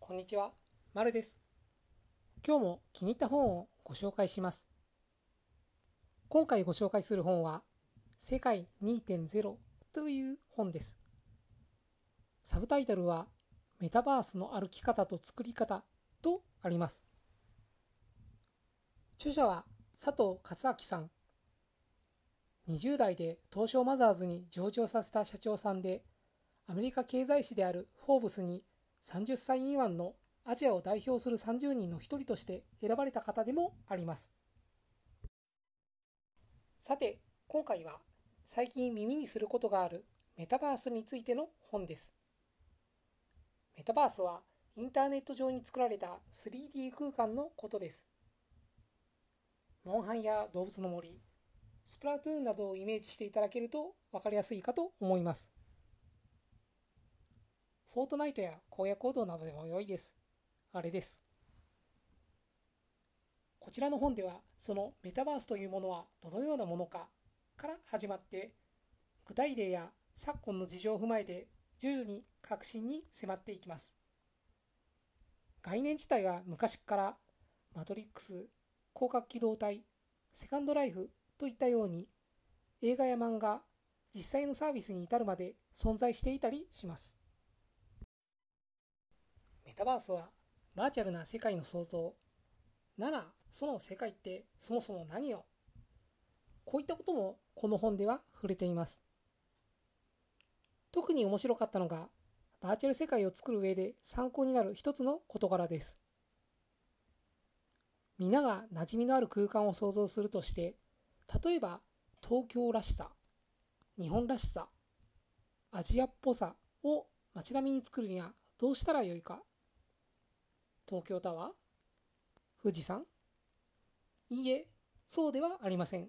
こんにちは、まるです。今日も気に入った本をご紹介します。今回ご紹介する本は、世界2.0という本です。サブタイトルは、メタバースの歩き方と作り方とあります。著者は佐藤勝明さん。20代で東証マザーズに上場させた社長さんで、アメリカ経済誌であるフォーブスに30歳未満のアジアを代表する30人の一人として選ばれた方でもあります。さて、今回は最近耳にすることがあるメタバースについての本です。メタバースはインターネット上に作られた 3D 空間のことです。モンハンや動物の森、スプラトゥーンなどをイメージしていただけると分かりやすいかと思います。フォートナイトや荒野行動などでも良いです。あれです。こちらの本では、そのメタバースというものはどのようなものかから始まって、具体例や昨今の事情を踏まえて徐々に革新に迫っていきます。概念自体は昔からマトリックス、広角機動隊、セカンドライフといったように映画や漫画、実際のサービスに至るまで存在していたりします。メタバースはバーチャルな世界の創造なら、その世界ってそもそも何を、こういったこともこの本では触れています。特に面白かったのが、バーチャル世界を作る上で参考になる一つの事柄です。皆が馴染みのある空間を想像するとして、例えば東京らしさ、日本らしさ、アジアっぽさを街並みに作るにはどうしたらよいか。東京タワー、富士山、いいえ、そうではありません。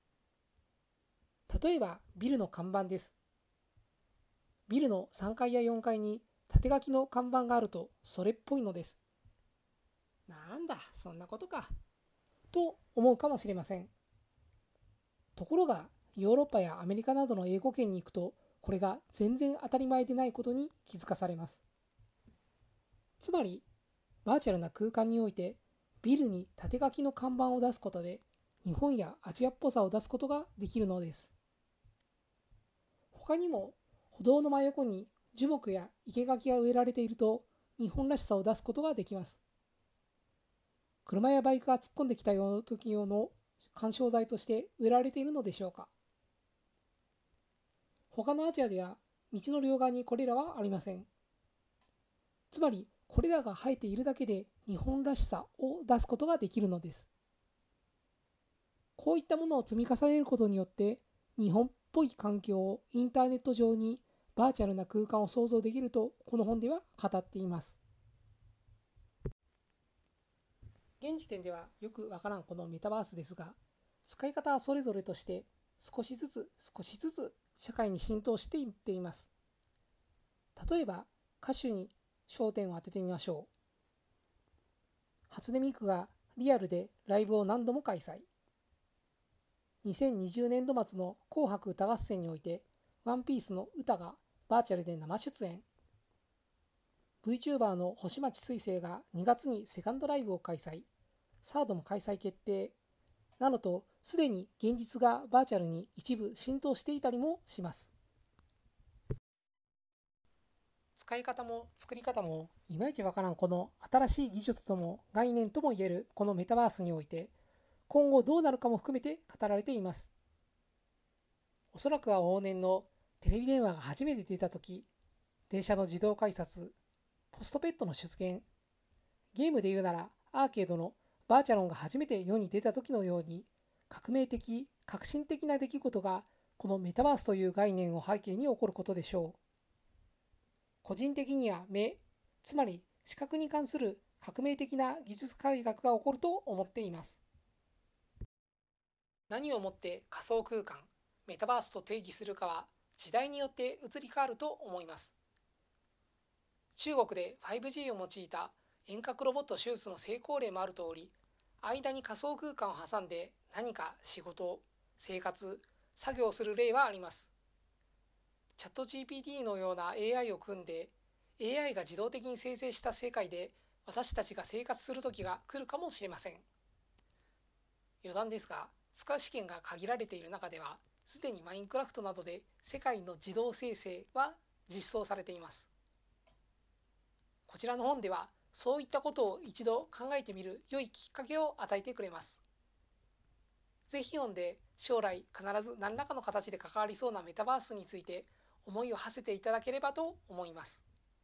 例えばビルの看板です。ビルの3階や4階に縦書きの看板があるとそれっぽいのです。なんだ、そんなことか。と思うかもしれません。ところが、ヨーロッパやアメリカなどの英語圏に行くと、これが全然当たり前でないことに気づかされます。つまり、バーチャルな空間において、ビルに縦書きの看板を出すことで、日本やアジアっぽさを出すことができるのです。他にも、歩道の真横に樹木や生垣が植えられていると、日本らしさを出すことができます。車やバイクが突っ込んできた時用の緩衝材として植えられているのでしょうか。他のアジアでは道の両側にこれらはありません。つまり、これらが生えているだけで日本らしさを出すことができるのです。こういったものを積み重ねることによって、日本っぽい環境をインターネット上にバーチャルな空間を想像できると、この本では語っています。現時点ではよくわからんこのメタバースですが、使い方はそれぞれとして少しずつ社会に浸透していっています。例えば歌手に焦点を当ててみましょう。初音ミクがリアルでライブを何度も開催。2020年度末の紅白歌合戦においてワンピースの歌がバーチャルで生出演。 VTuber の星町彗星が2月にセカンドライブを開催。サードも開催決定などと、すでに現実がバーチャルに一部浸透していたりもします。使い方も作り方もいまいちわからんこの新しい技術とも概念ともいえるこのメタバースにおいて、今後どうなるかも含めて語られています。おそらくは往年のテレビ電話が初めて出た時、電車の自動改札、ポストペットの出現、ゲームで言うならアーケードのバーチャロンが初めて世に出た時のように、革命的、革新的な出来事がこのメタバースという概念を背景に起こることでしょう。個人的には目、つまり視覚に関する革命的な技術改革が起こると思っています。何をもって仮想空間、メタバースと定義するかは時代によって移り変わると思います。中国で 5G を用いた遠隔ロボット手術の成功例もある通り、間に仮想空間を挟んで何か仕事、生活、作業をする例はあります。チャット GPT のような AI を組んで AI が自動的に生成した世界で私たちが生活する時が来るかもしれません。余談ですが、使う資源が限られている中では、すでにマインクラフトなどで世界の自動生成は実装されています。こちらの本では、そういったことを一度考えてみる良いきっかけを与えてくれます。ぜひ読んで、将来必ず何らかの形で関わりそうなメタバースについて思いを馳せていただければと思います。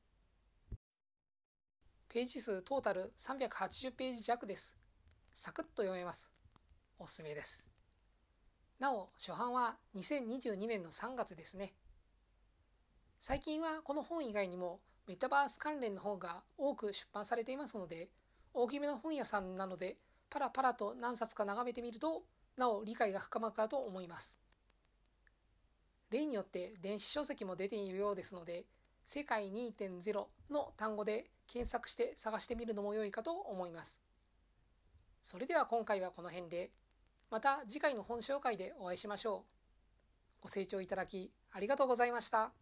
ページ数トータル380ページ弱です。サクッと読めます。おすすめです。なお、初版は2022年の3月ですね。最近はこの本以外にもメタバース関連の本が多く出版されていますので、大きめの本屋さんなのでパラパラと何冊か眺めてみると、なお理解が深まるかと思います。例によって電子書籍も出ているようですので、世界 2.0 の単語で検索して探してみるのも良いかと思います。それでは今回はこの辺で、また次回の本紹介でお会いしましょう。ご清聴いただきありがとうございました。